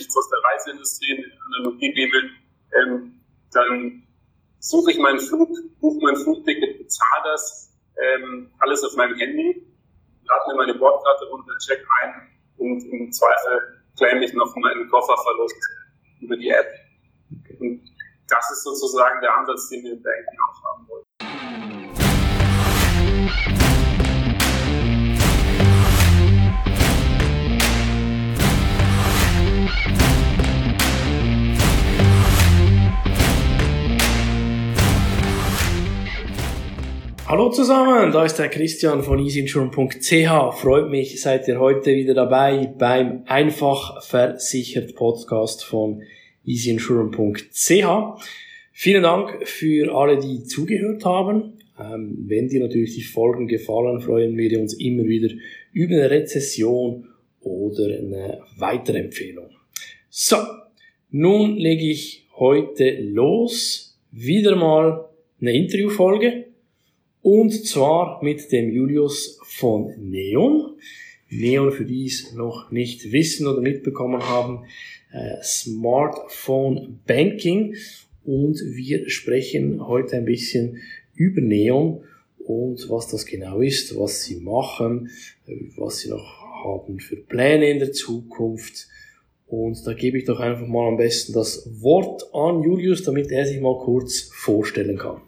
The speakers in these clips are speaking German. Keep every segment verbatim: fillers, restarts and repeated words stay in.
nichts aus der Reiseindustrie, Analogiebibel, ähm, dann suche ich meinen Flug, buche mein Flugticket, bezahle das, ähm, alles auf meinem Handy, lade mir meine Bordkarte runter, check ein und im Zweifel claim ich noch meinen Kofferverlust über die App. Okay. Und das ist sozusagen der Ansatz, den wir im Banking auch haben wollen. Hallo zusammen, da ist der Christian von easyinsurance punkt c h. Freut mich, seid ihr heute wieder dabei beim Einfach Versichert Podcast von easyinsurance punkt c h. Vielen Dank für alle, die zugehört haben. Ähm, wenn dir natürlich die Folgen gefallen, freuen wir uns immer wieder über eine Rezession oder eine weitere Empfehlung. So, nun lege ich heute los. Wieder mal eine Interviewfolge. Und zwar mit dem Julius von Neon. Neon, für die es noch nicht wissen oder mitbekommen haben, äh, Smartphone Banking. Und wir sprechen heute ein bisschen über Neon und was das genau ist, was sie machen, was sie noch haben für Pläne in der Zukunft. Und da gebe ich doch einfach mal am besten das Wort an Julius, damit er sich mal kurz vorstellen kann.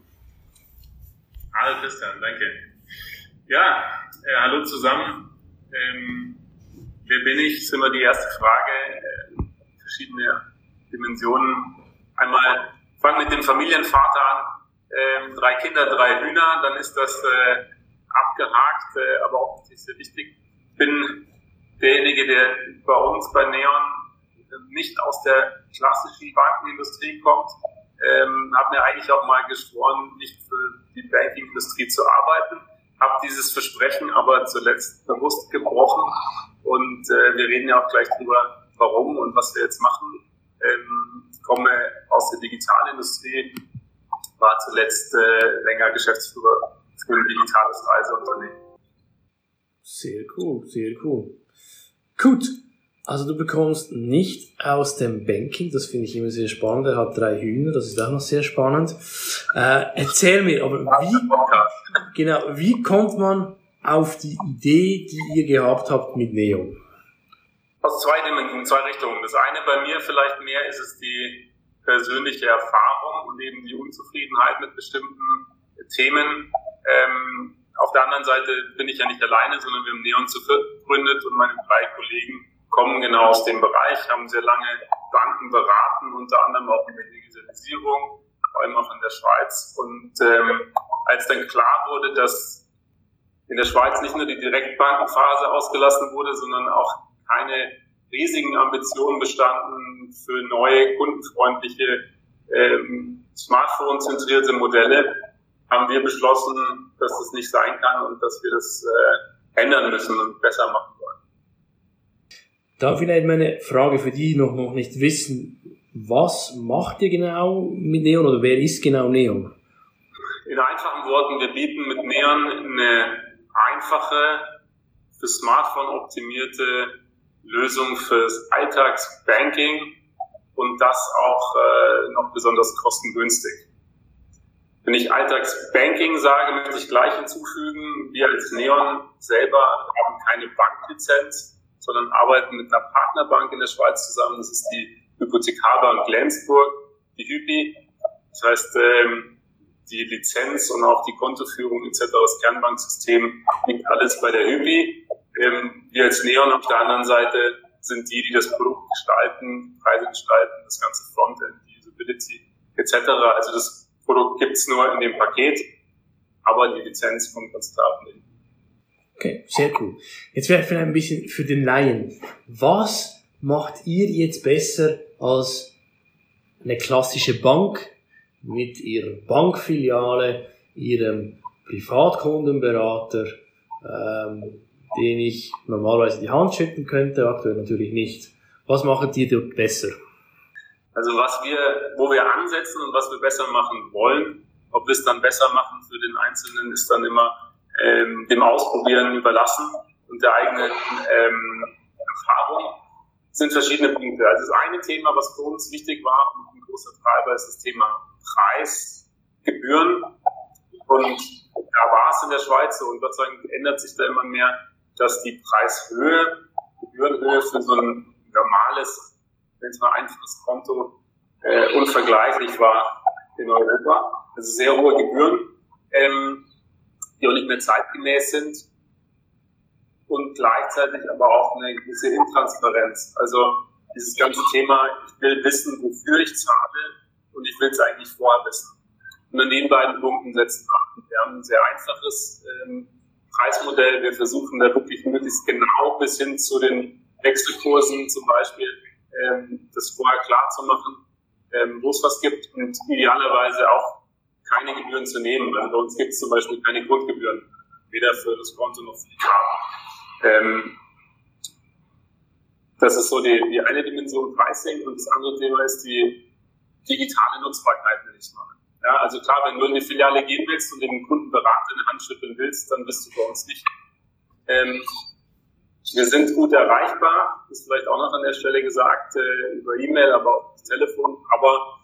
Hallo Christian, danke. Ja, äh, hallo zusammen. Ähm, wer bin ich? Ist immer die erste Frage. Äh, verschiedene Dimensionen. Einmal fangen mit dem Familienvater an. Ähm, drei Kinder, drei Hühner. Dann ist das äh, abgehakt, äh, aber auch nicht sehr wichtig. Ich bin derjenige, der bei uns bei Neon nicht aus der klassischen Bankenindustrie kommt. Ähm, habe mir eigentlich auch mal geschworen, nicht für die Bankingindustrie zu arbeiten. Habe dieses Versprechen aber zuletzt bewusst gebrochen. Und äh, wir reden ja auch gleich drüber, warum und was wir jetzt machen. Ähm, ich komme aus der Digitalindustrie, war zuletzt äh, länger Geschäftsführer für ein digitales Reiseunternehmen. Sehr cool, sehr cool. Gut. Also du bekommst nicht aus dem Banking, das finde ich immer sehr spannend. Er hat drei Hühner, das ist auch noch sehr spannend. Äh, erzähl mir, aber wie, genau, wie kommt man auf die Idee, die ihr gehabt habt mit Neon? Aus zwei Dimensionen, zwei Richtungen. Das eine bei mir vielleicht mehr ist es die persönliche Erfahrung und eben die Unzufriedenheit mit bestimmten Themen. Ähm, auf der anderen Seite bin ich ja nicht alleine, sondern wir haben Neon zu viert gegründet und meine drei Kollegen kommen genau aus dem Bereich, haben sehr lange Banken beraten, unter anderem auch in der Digitalisierung, vor allem auch in der Schweiz. Und ähm, als dann klar wurde, dass in der Schweiz nicht nur die Direktbankenphase ausgelassen wurde, sondern auch keine riesigen Ambitionen bestanden für neue, kundenfreundliche, ähm, Smartphone-zentrierte Modelle, haben wir beschlossen, dass das nicht sein kann und dass wir das äh, ändern müssen und besser machen wollen. Da vielleicht meine Frage für die, die noch, noch nicht wissen, was macht ihr genau mit Neon oder wer ist genau Neon? In einfachen Worten, wir bieten mit Neon eine einfache, für Smartphone optimierte Lösung fürs Alltagsbanking und das auch äh, noch besonders kostengünstig. Wenn ich Alltagsbanking sage, möchte ich gleich hinzufügen, wir als Neon selber haben keine Banklizenz, sondern arbeiten mit einer Partnerbank in der Schweiz zusammen. Das ist die Hypothekarbank Lenzburg, die Hypi. Das heißt, die Lizenz und auch die Kontoführung et cetera, das Kernbanksystem liegt alles bei der Hypi. Wir als Neon auf der anderen Seite sind die, die das Produkt gestalten, Preise gestalten, das ganze Frontend, die Usability et cetera. Also das Produkt gibt's nur in dem Paket, aber die Lizenz kommt ganz klar von denen. Okay, sehr cool. Jetzt wäre vielleicht ein bisschen für den Laien. Was macht ihr jetzt besser als eine klassische Bank mit ihrer Bankfiliale, ihrem Privatkundenberater, ähm, den ich normalerweise die Hand schütteln könnte, aktuell natürlich nicht. Was macht ihr dort besser? Also was wir, wo wir ansetzen und was wir besser machen wollen, ob wir es dann besser machen für den Einzelnen, ist dann immer ähm, dem Ausprobieren überlassen und der eigenen ähm, Erfahrung. sind verschiedene Punkte. Also das eine Thema, was für uns wichtig war und ein großer Treiber, ist das Thema Preis, Gebühren. Und da war es in der Schweiz so, und Gott sei Dank ändert sich da immer mehr, dass die Preishöhe, Gebührenhöhe für so ein normales, wenn es mal einfaches Konto, äh, unvergleichlich war in Europa. Also sehr hohe Gebühren, ähm, die auch nicht mehr zeitgemäß sind und gleichzeitig aber auch eine gewisse Intransparenz. Also dieses ganze Thema, ich will wissen, wofür ich zahle und ich will es eigentlich vorher wissen. Und an den beiden Punkten setzen wir. Wir haben ein sehr einfaches ähm, Preismodell. Wir versuchen da wirklich möglichst genau bis hin zu den Wechselkursen zum Beispiel ähm, das vorher klar zu machen, ähm, wo es was gibt und idealerweise auch keine Gebühren zu nehmen. Also bei uns gibt es zum Beispiel keine Grundgebühren, weder für das Konto noch für die Karten. Ähm, das ist so die, die eine Dimension Pricing, und das andere Thema ist die digitale Nutzbarkeit, will ich mal. Ja, also klar, wenn du in die Filiale gehen willst und den Kundenberater in die Hand schütteln willst, dann bist du bei uns nicht. Ähm, wir sind gut erreichbar, ist vielleicht auch noch an der Stelle gesagt, äh, über E-Mail, aber auch das Telefon, aber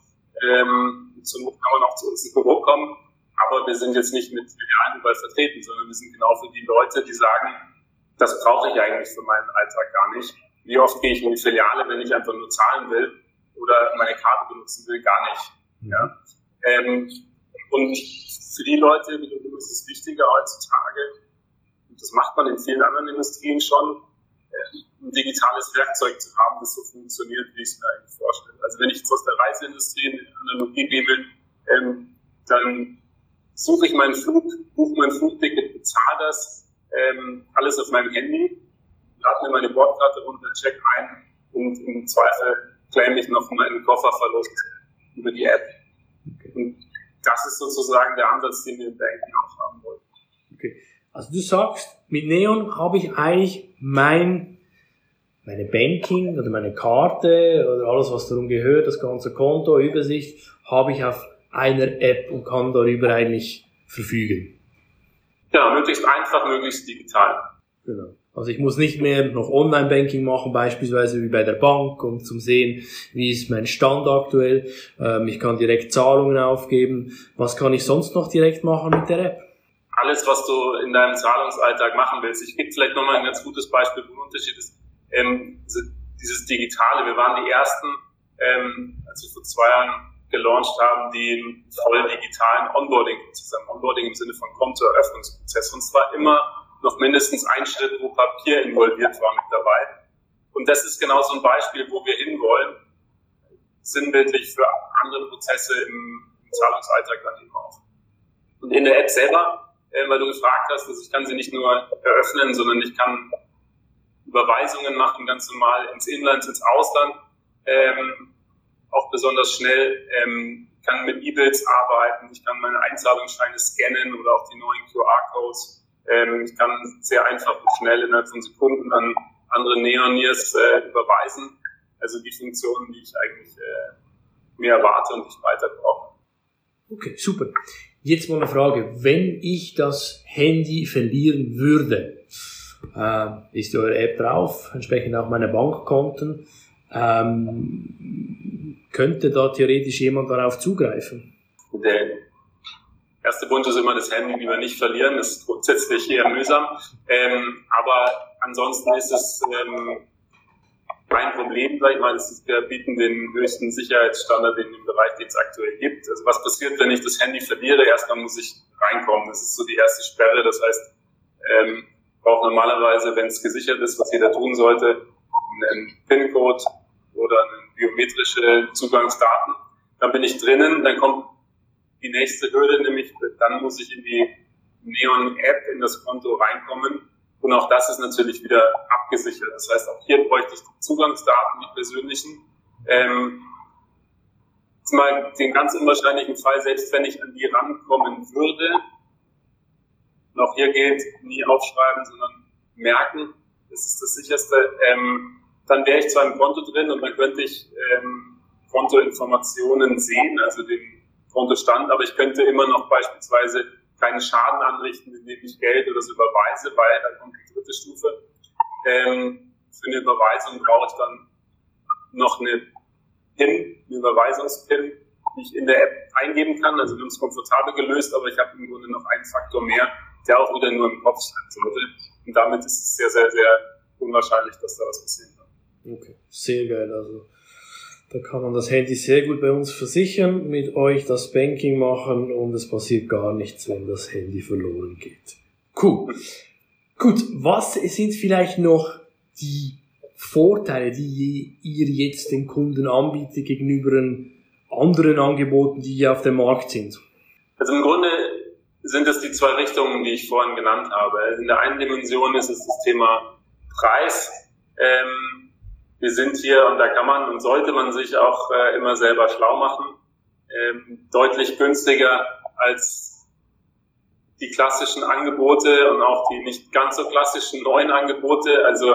ähm, zur Not kann man auch zu uns ins Büro kommen, aber wir sind jetzt nicht mit Filialen überall vertreten, sondern wir sind genau für die Leute, die sagen, das brauche ich eigentlich für meinen Alltag gar nicht. Wie oft gehe ich in die Filiale, wenn ich einfach nur zahlen will oder meine Karte benutzen will? Gar nicht. Ja? Ähm, und für die Leute wiederum ist es wichtiger heutzutage, und das macht man in vielen anderen Industrien schon, äh, ein digitales Werkzeug zu haben, das so funktioniert, wie ich es mir eigentlich vorstelle. Also wenn ich jetzt aus der Reiseindustrie eine Analogie nehme, ähm, dann suche ich meinen Flug, buche mein Flugticket, bezahle das, ähm, alles auf meinem Handy, lade mir meine Bordkarte runter, check ein und im Zweifel claim ich noch meinen Kofferverlust über die App. Okay. Und das ist sozusagen der Ansatz, den wir im Banking auch haben wollen. Okay. Also du sagst, mit Neon habe ich eigentlich mein, meine Banking oder meine Karte oder alles, was darum gehört, das ganze Konto, Übersicht, habe ich auf einer App und kann darüber eigentlich verfügen. Ja, möglichst einfach, möglichst digital. Genau. Also ich muss nicht mehr noch Online-Banking machen, beispielsweise wie bei der Bank, um zu sehen, wie ist mein Stand aktuell. Ähm, ich kann direkt Zahlungen aufgeben. Was kann ich sonst noch direkt machen mit der App? Alles, was du in deinem Zahlungsalltag machen willst. Ich gebe vielleicht nochmal ein ganz gutes Beispiel, wo ein Unterschied ist. Ähm, dieses Digitale. Wir waren die Ersten, ähm, als wir vor zwei Jahren gelauncht haben, die einen voll digitalen Onboarding-Prozess haben. Onboarding im Sinne von Kontoeröffnungsprozess. Und zwar immer noch mindestens ein Schritt, wo Papier involviert war, mit dabei. Und das ist genau so ein Beispiel, wo wir hinwollen, sinnbildlich für andere Prozesse im, im Zahlungsalltag dann eben auch. Und in der App selber, äh, weil du gefragt hast, also ich kann sie nicht nur eröffnen, sondern ich kann Überweisungen machen, ganz normal ins Inland, ins Ausland, ähm, auch besonders schnell, ähm, kann mit E-Bills arbeiten, ich kann meine Einzahlungsscheine scannen oder auch die neuen Q R-Codes. Ähm, ich kann sehr einfach und schnell innerhalb von Sekunden an andere Neoniers äh, überweisen. Also die Funktionen, die ich eigentlich äh, mehr erwarte und ich weiter brauche. Okay, super. Jetzt mal eine Frage. Wenn ich das Handy verlieren würde, äh, ist eure App drauf, entsprechend auch meine Bankkonten, ähm, könnte da theoretisch jemand darauf zugreifen? Der erste Wunsch ist immer, das Handy lieber nicht verlieren, das ist grundsätzlich eher mühsam, ähm, aber ansonsten ist es ähm, kein Problem, sag ich mal. Das ist, wir bieten den höchsten Sicherheitsstandard in dem Bereich, den es aktuell gibt. Also was passiert, wenn ich das Handy verliere? Erstmal muss ich reinkommen. Das ist so die erste Sperre. Das heißt, ähm, braucht normalerweise, wenn es gesichert ist, was jeder tun sollte, einen PIN-Code oder eine biometrische Zugangsdaten. Dann bin ich drinnen, dann kommt die nächste Hürde, nämlich dann muss ich in die Neon-App, in das Konto reinkommen. Und auch das ist natürlich wieder abgesichert. Das heißt, auch hier bräuchte ich die Zugangsdaten, die persönlichen. Ähm, jetzt mal den ganz unwahrscheinlichen Fall, selbst wenn ich an die rankommen würde, und auch hier gilt, nie aufschreiben, sondern merken, das ist das Sicherste, ähm, dann wäre ich zwar im Konto drin und dann könnte ich ähm, Kontoinformationen sehen, also den Kontostand, aber ich könnte immer noch beispielsweise keinen Schaden anrichten, indem ich Geld oder so überweise, weil da kommt die dritte Stufe. Ähm, für eine Überweisung brauche ich dann noch eine PIN, eine Überweisungspin, die ich in der App eingeben kann. Also wir haben es komfortabel gelöst, aber ich habe im Grunde noch einen Faktor mehr, der auch wieder nur im Kopf sein sollte. Und damit ist es sehr, sehr, sehr unwahrscheinlich, dass da was passieren kann. Okay, sehr geil. Also da kann man das Handy sehr gut bei uns versichern, mit euch das Banking machen und es passiert gar nichts, wenn das Handy verloren geht. Cool. Gut, was sind vielleicht noch die Vorteile, die ihr jetzt den Kunden anbietet gegenüber anderen Angeboten, die auf dem Markt sind? Also im Grunde sind es die zwei Richtungen, die ich vorhin genannt habe. In der einen Dimension ist es das Thema Preis. Ähm, wir sind hier, und da kann man und sollte man sich auch äh, immer selber schlau machen, ähm, deutlich günstiger als die klassischen Angebote und auch die nicht ganz so klassischen neuen Angebote. Also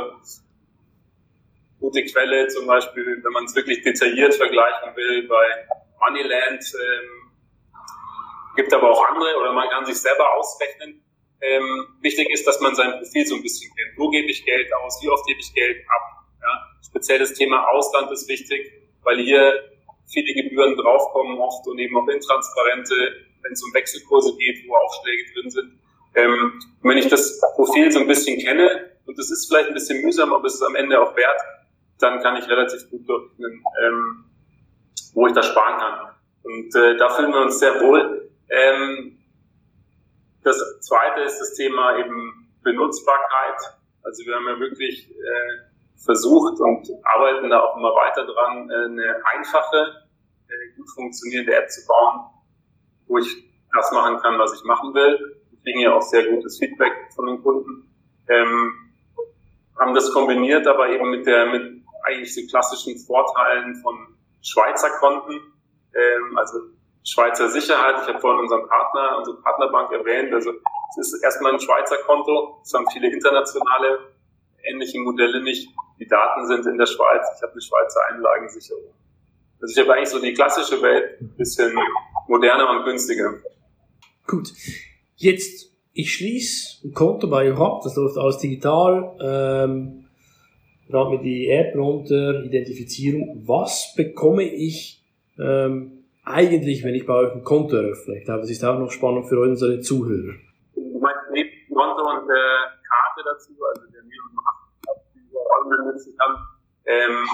gute Quelle zum Beispiel, wenn man es wirklich detailliert vergleichen will, bei Moneyland, ähm, gibt aber auch andere, oder man kann sich selber ausrechnen. Ähm, wichtig ist, dass man sein Profil so ein bisschen kennt. Wo gebe ich Geld aus? Wie oft gebe ich Geld ab? Ja? Speziell das Thema Ausland ist wichtig, weil hier viele Gebühren draufkommen oft und eben auch intransparente, wenn es um Wechselkurse geht, wo Aufschläge drin sind. Ähm, und wenn ich das Profil so ein bisschen kenne, und das ist vielleicht ein bisschen mühsam, aber es ist am Ende auch wert, dann kann ich relativ gut durchrechnen, ähm, wo ich das sparen kann. Und äh, da fühlen wir uns sehr wohl. Ähm, das zweite ist das Thema eben Benutzbarkeit. Also wir haben ja wirklich äh, versucht und arbeiten da auch immer weiter dran, äh, eine einfache, äh, gut funktionierende App zu bauen, wo ich das machen kann, was ich machen will. Wir kriegen ja auch sehr gutes Feedback von den Kunden. Ähm, haben das kombiniert, aber eben mit der mit eigentlich so klassischen Vorteilen von Schweizer Konten, ähm, also Schweizer Sicherheit. Ich habe vorhin unseren Partner, unsere Partnerbank erwähnt. Also es ist erstmal ein Schweizer Konto. Es haben viele internationale ähnliche Modelle nicht. Die Daten sind in der Schweiz. Ich habe eine Schweizer Einlagensicherung. Also ich habe eigentlich so die klassische Welt ein bisschen moderner und günstiger. Gut. Jetzt, ich schließe ein Konto bei euch ab. Das läuft alles digital. Ähm, lade mir die App runter, Identifizierung. Was bekomme ich ähm, eigentlich, wenn ich bei euch ein Konto eröffne? Ich glaube, das ist auch noch spannend für unsere Zuhörer. Du meinst neben Konto und äh, Karte dazu, also der mir macht, die du auch benutzen kann. Ähm,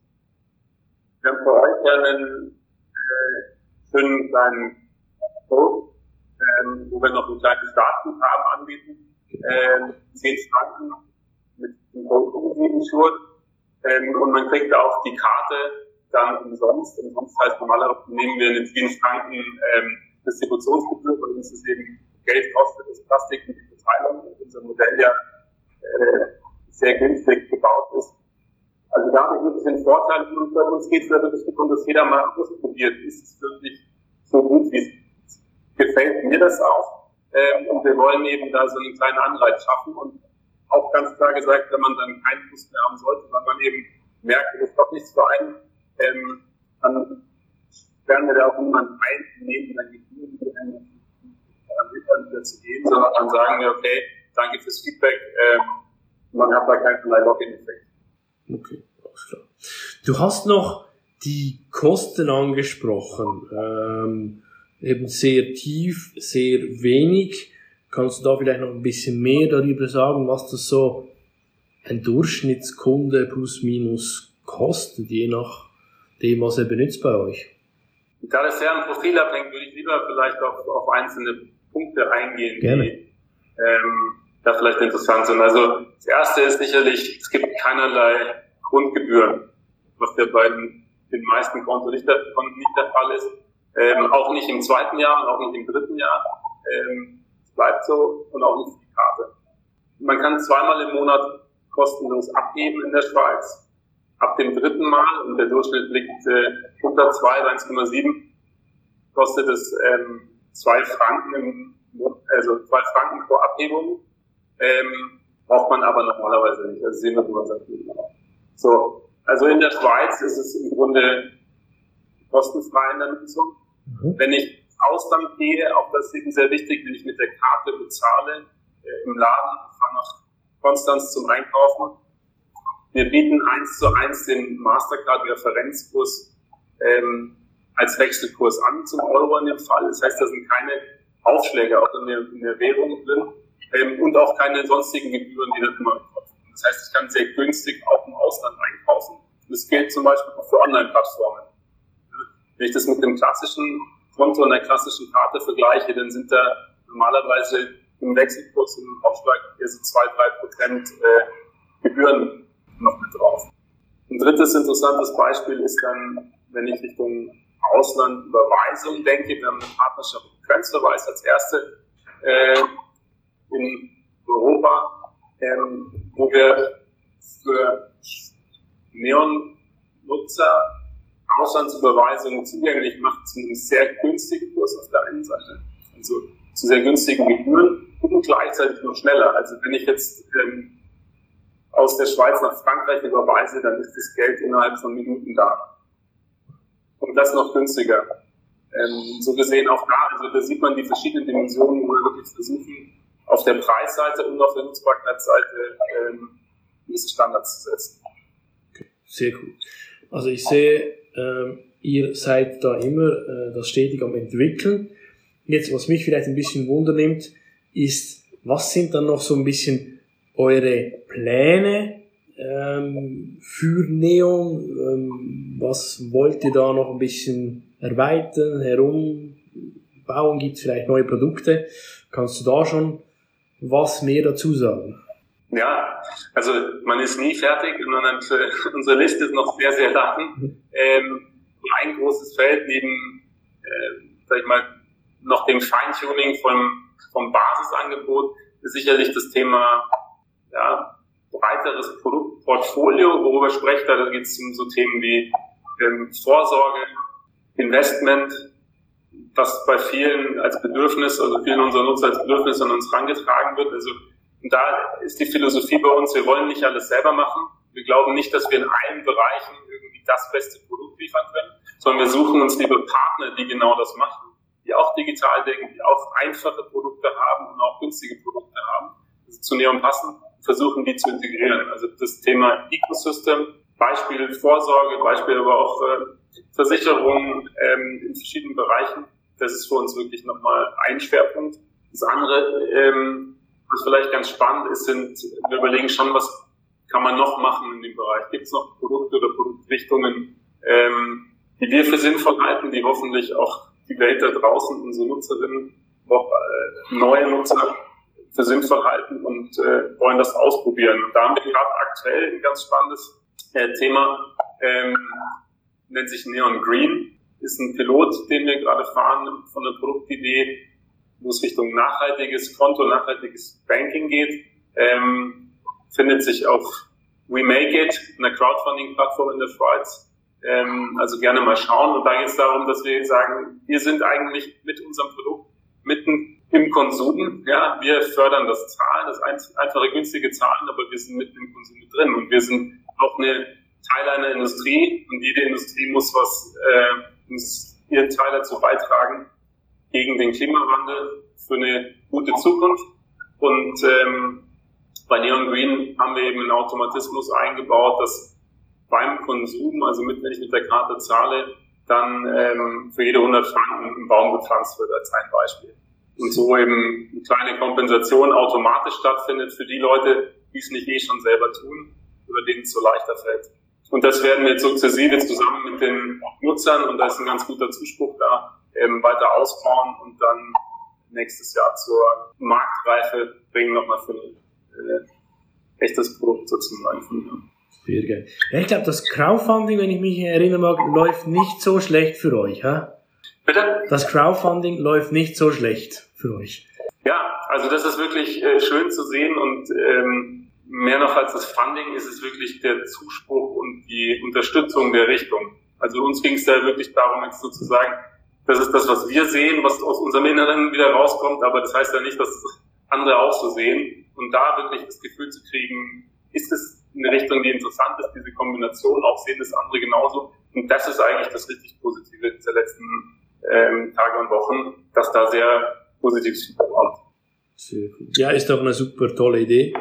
wir haben für euch ja einen äh, schönen kleinen Code, ähm, wo wir noch ein kleines Startguthaben anbieten. Ähm, zehn Franken mit dem Code umgegeben schon. Ähm, und man kriegt auch die Karte dann umsonst. Umsonst heißt normalerweise nehmen wir eine zehn Franken ähm, Distributionsgebühr, weil uns das eben Geld kostet, das Plastik und die Verteilung. Und unser Modell ja äh, sehr günstig gebaut ist. Also da habe ich wirklich einen Vorteil. Und bei uns geht es wirklich darum, dass jeder mal ausprobiert. Ist es wirklich so gut, wie es gefällt mir das auch? Ähm, und wir wollen eben da so einen kleinen Anreiz schaffen und auch ganz klar gesagt, wenn man dann keinen Lust mehr haben sollte, weil man eben merkt, das ist doch nichts für einen, ähm, dann werden wir da auch niemanden einnehmen, dann Gebühren wieder zu gehen, sondern dann sagen wir, okay, danke fürs Feedback, ähm, man hat da keinen Login-Effekt. Okay, alles klar. Du hast noch die Kosten angesprochen, ähm, eben sehr tief, sehr wenig. Kannst du da vielleicht noch ein bisschen mehr darüber sagen, was das so ein Durchschnittskunde plus minus kostet, je nachdem, was er benutzt bei euch? Da das sehr am Profil abhängt, würde ich lieber vielleicht auf, auf einzelne Punkte eingehen, Gerne. die ähm, da vielleicht interessant sind. Also das erste ist sicherlich, es gibt keinerlei Grundgebühren, was ja bei den, den meisten Konten nicht der, nicht der Fall ist. Ähm, auch nicht im zweiten Jahr und auch nicht im dritten Jahr. Ähm, es bleibt so und auch nicht für die Karte. Man kann zweimal im Monat kostenlos abheben in der Schweiz. Ab dem dritten Mal, und der Durchschnitt liegt äh, unter zwei, eins Komma sieben, kostet es ähm, zwei Franken, im, also zwei Franken pro Abhebung. Ähm, braucht man aber normalerweise nicht. Also sehen wir, wie man sagt. So, also in der Schweiz ist es im Grunde kostenfrei in der Nutzung. Mhm. Wenn ich ins Ausland gehe, auch das ist eben sehr wichtig, wenn ich mit der Karte bezahle äh, im Laden, ich fahre nach Konstanz zum Einkaufen, wir bieten eins zu eins den Mastercard-Referenzkurs ähm, als Wechselkurs an zum Euro in dem Fall. Das heißt, da sind keine Aufschläge auch in der, in der Währung drin ähm, und auch keine sonstigen Gebühren, die das immer kosten. Das heißt, ich kann sehr günstig auch im Ausland einkaufen. Das gilt zum Beispiel auch für Online-Plattformen. Wenn ich das mit dem klassischen Konto und der klassischen Karte vergleiche, dann sind da normalerweise im Wechselkurs und im Aufschlag eher so zwei bis drei Prozent äh, Gebühren noch mit drauf. Ein drittes interessantes Beispiel ist dann, wenn ich Richtung Auslandüberweisung denke, wir haben eine Partnerschaft mit Transferwise als erste äh, in Europa, ähm, wo wir für Neon-Nutzer Auslandsüberweisungen zugänglich machen zu einem sehr günstigen Kurs auf der einen Seite, also zu sehr günstigen Gebühren und gleichzeitig noch schneller. Also wenn ich jetzt ähm, aus der Schweiz nach Frankreich überweise, dann ist das Geld innerhalb von Minuten da. Und das noch günstiger. Ähm, so gesehen auch da, also da sieht man die verschiedenen Dimensionen, wo wir wirklich versuchen, auf der Preisseite und auf der Nutzbarkeitsseite ähm, diese Standards zu setzen. Okay, sehr gut. Also ich sehe, ähm, ihr seid da immer äh, das stetig am entwickeln. Jetzt, was mich vielleicht ein bisschen Wunder nimmt, ist, was sind dann noch so ein bisschen eure Pläne ähm, für Neon? Ähm, was wollt ihr da noch ein bisschen erweitern, herumbauen? Gibt es vielleicht neue Produkte? Kannst du da schon was mehr dazu sagen? Ja, also man ist nie fertig und unsere Liste ist noch sehr, sehr lang. Ähm, ein großes Feld neben, äh, sag ich mal, noch dem Feintuning vom, vom Basisangebot ist sicherlich das Thema ja, breiteres Produktportfolio, worüber spreche ich da? Da geht es um so Themen wie ähm, Vorsorge, Investment, was bei vielen als Bedürfnis, also vielen unserer Nutzer als Bedürfnis an uns herangetragen wird. Also und da ist die Philosophie bei uns, wir wollen nicht alles selber machen. Wir glauben nicht, dass wir in allen Bereichen irgendwie das beste Produkt liefern können, sondern wir suchen uns lieber Partner, die genau das machen, die auch digital denken, die auch einfache Produkte haben und auch günstige Produkte haben, die zu Neon passen, und versuchen die zu integrieren. Also das Thema Ecosystem, Beispiel Vorsorge, Beispiel aber auch äh, Versicherungen ähm, in verschiedenen Bereichen, das ist für uns wirklich nochmal ein Schwerpunkt. Das andere, ähm, was vielleicht ganz spannend ist, sind, wir überlegen schon, was kann man noch machen in dem Bereich. Gibt es noch Produkte oder Produktrichtungen, ähm, die wir für sinnvoll halten, die hoffentlich auch die Welt da draußen, unsere Nutzerinnen, auch äh, neue Nutzer für sinnvoll halten und äh, wollen das ausprobieren. Und da haben wir gerade aktuell ein ganz spannendes äh, Thema, ähm, nennt sich Neon Green, ist ein Pilot, den wir gerade fahren von der Produktidee, wo es Richtung nachhaltiges Konto, nachhaltiges Banking geht, ähm, findet sich auf We Make It, einer Crowdfunding-Plattform in der Schweiz. Ähm, also gerne mal schauen. Und da geht es darum, dass wir sagen, wir sind eigentlich mit unserem Produkt mitten im Konsum. Ja, wir fördern das Zahlen, das einfache, günstige Zahlen, aber wir sind mitten im Konsum mit drin. Und wir sind auch eine Teil einer Industrie und jede Industrie muss was äh, muss ihren Teil dazu beitragen, gegen den Klimawandel für eine gute Zukunft. Und ähm, bei Neon Green haben wir eben einen Automatismus eingebaut, dass beim Konsum, also mit, wenn ich mit der Karte zahle, dann ähm, für jede hundert Franken ein Baum gepflanzt wird, als ein Beispiel. Und so eben eine kleine Kompensation automatisch stattfindet für die Leute, die es nicht eh schon selber tun, oder denen es so leichter fällt. Und das werden wir jetzt sukzessive zusammen mit den Nutzern, und da ist ein ganz guter Zuspruch da, ähm, weiter ausbauen und dann nächstes Jahr zur Marktreife bringen, nochmal für ein äh, echtes Produkt sozusagen. Sehr geil. Ja, ich glaube, das Crowdfunding, wenn ich mich erinnern mag, läuft nicht so schlecht für euch, ha? Bitte? Das Crowdfunding läuft nicht so schlecht für euch. Ja, also das ist wirklich äh, schön zu sehen, und ähm, mehr noch als das Funding ist es wirklich der Zuspruch und die Unterstützung der Richtung. Also uns ging es da wirklich darum, jetzt sozusagen, das ist das, was wir sehen, was aus unserem Inneren wieder rauskommt, aber das heißt ja nicht, dass andere auch so sehen. Und da wirklich das Gefühl zu kriegen, ist es eine Richtung, die interessant ist, diese Kombination, auch sehen das andere genauso. Und das ist eigentlich das richtig Positive dieser letzten ähm, Tage und Wochen, dass da sehr positives Feedback kommt. Sehr gut. Ja, ist doch eine super tolle Idee.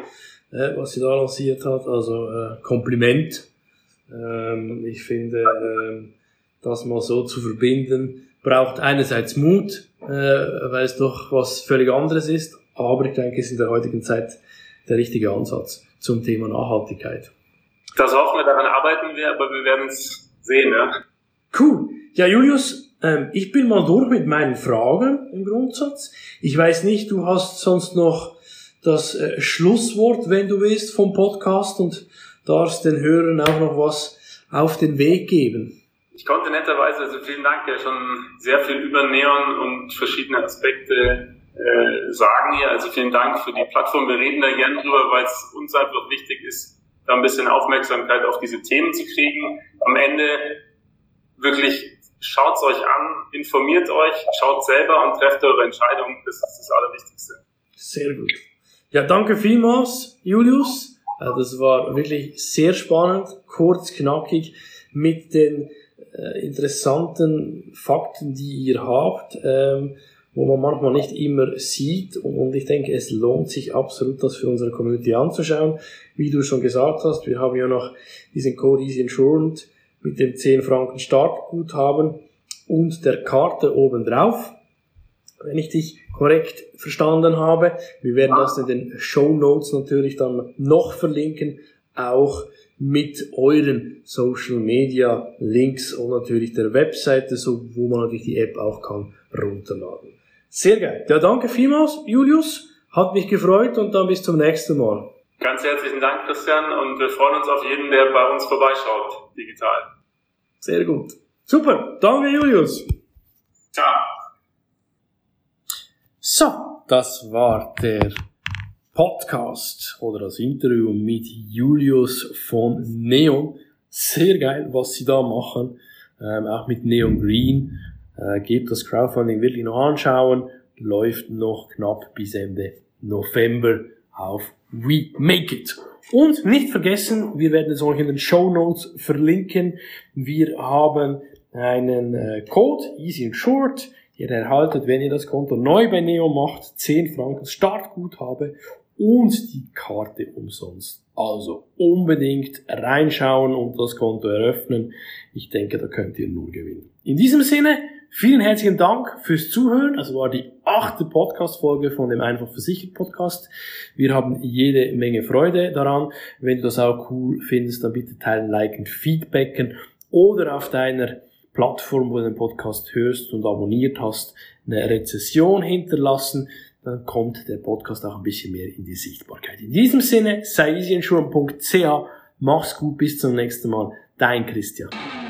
äh, was sie da lanciert hat. Also äh, Kompliment. Ähm, ich finde, äh, das mal so zu verbinden, braucht einerseits Mut, äh, weil es doch was völlig anderes ist, aber ich denke, es ist in der heutigen Zeit der richtige Ansatz zum Thema Nachhaltigkeit. Das hoffen wir, daran arbeiten wir, aber wir werden es sehen. Ja? Cool. Ja, Julius, ähm, ich bin mal durch mit meinen Fragen im Grundsatz. Ich weiß nicht, du hast sonst noch das äh, Schlusswort, wenn du willst, vom Podcast und darfst den Hörern auch noch was auf den Weg geben. Ich konnte netterweise, also vielen Dank, ja schon sehr viel über Neon und verschiedene Aspekte äh, sagen hier. Also vielen Dank für die Plattform. Wir reden da gerne drüber, weil es uns einfach wichtig ist, da ein bisschen Aufmerksamkeit auf diese Themen zu kriegen. Am Ende wirklich schaut's euch an, informiert euch, schaut selber und trefft eure Entscheidung. Das ist das Allerwichtigste. Sehr gut. Ja, danke vielmals, Julius. Das war wirklich sehr spannend, kurz, knackig, mit den äh, interessanten Fakten, die ihr habt, ähm, wo man manchmal nicht immer sieht. Und ich denke, es lohnt sich absolut, das für unsere Community anzuschauen. Wie du schon gesagt hast, wir haben ja noch diesen Code Easy Insurance mit dem zehn Franken Startguthaben und der Karte obendrauf, wenn ich dich korrekt verstanden habe. Wir werden das in den Shownotes natürlich dann noch verlinken, auch mit euren Social Media Links und natürlich der Webseite, so wo man natürlich die App auch kann runterladen. Sehr geil. Ja, danke vielmals, Julius. Hat mich gefreut und dann bis zum nächsten Mal. Ganz herzlichen Dank, Christian, und wir freuen uns auf jeden, der bei uns vorbeischaut, digital. Sehr gut. Super. Danke, Julius. Ciao. So, das war der Podcast oder das Interview mit Julius von Neon. Sehr geil, was sie da machen, ähm, auch mit Neon Green. Äh, geht das Crowdfunding wirklich noch anschauen, läuft noch knapp bis Ende November auf We Make It. Und nicht vergessen, wir werden es euch in den Shownotes verlinken. Wir haben einen äh, Code, Easy and Short. Ihr erhaltet, wenn ihr das Konto neu bei Neo macht, zehn Franken Startguthabe und die Karte umsonst. Also unbedingt reinschauen und das Konto eröffnen. Ich denke, da könnt ihr nur gewinnen. In diesem Sinne, vielen herzlichen Dank fürs Zuhören. Das war die achte Podcast-Folge von dem Einfach Versichert Podcast. Wir haben jede Menge Freude daran. Wenn du das auch cool findest, dann bitte teilen, liken, feedbacken oder auf deiner Plattform, wo du den Podcast hörst und abonniert hast, eine Rezession hinterlassen. Dann kommt der Podcast auch ein bisschen mehr in die Sichtbarkeit. In diesem Sinne, sei easy insurance punkt c h. Mach's gut, bis zum nächsten Mal. Dein Christian.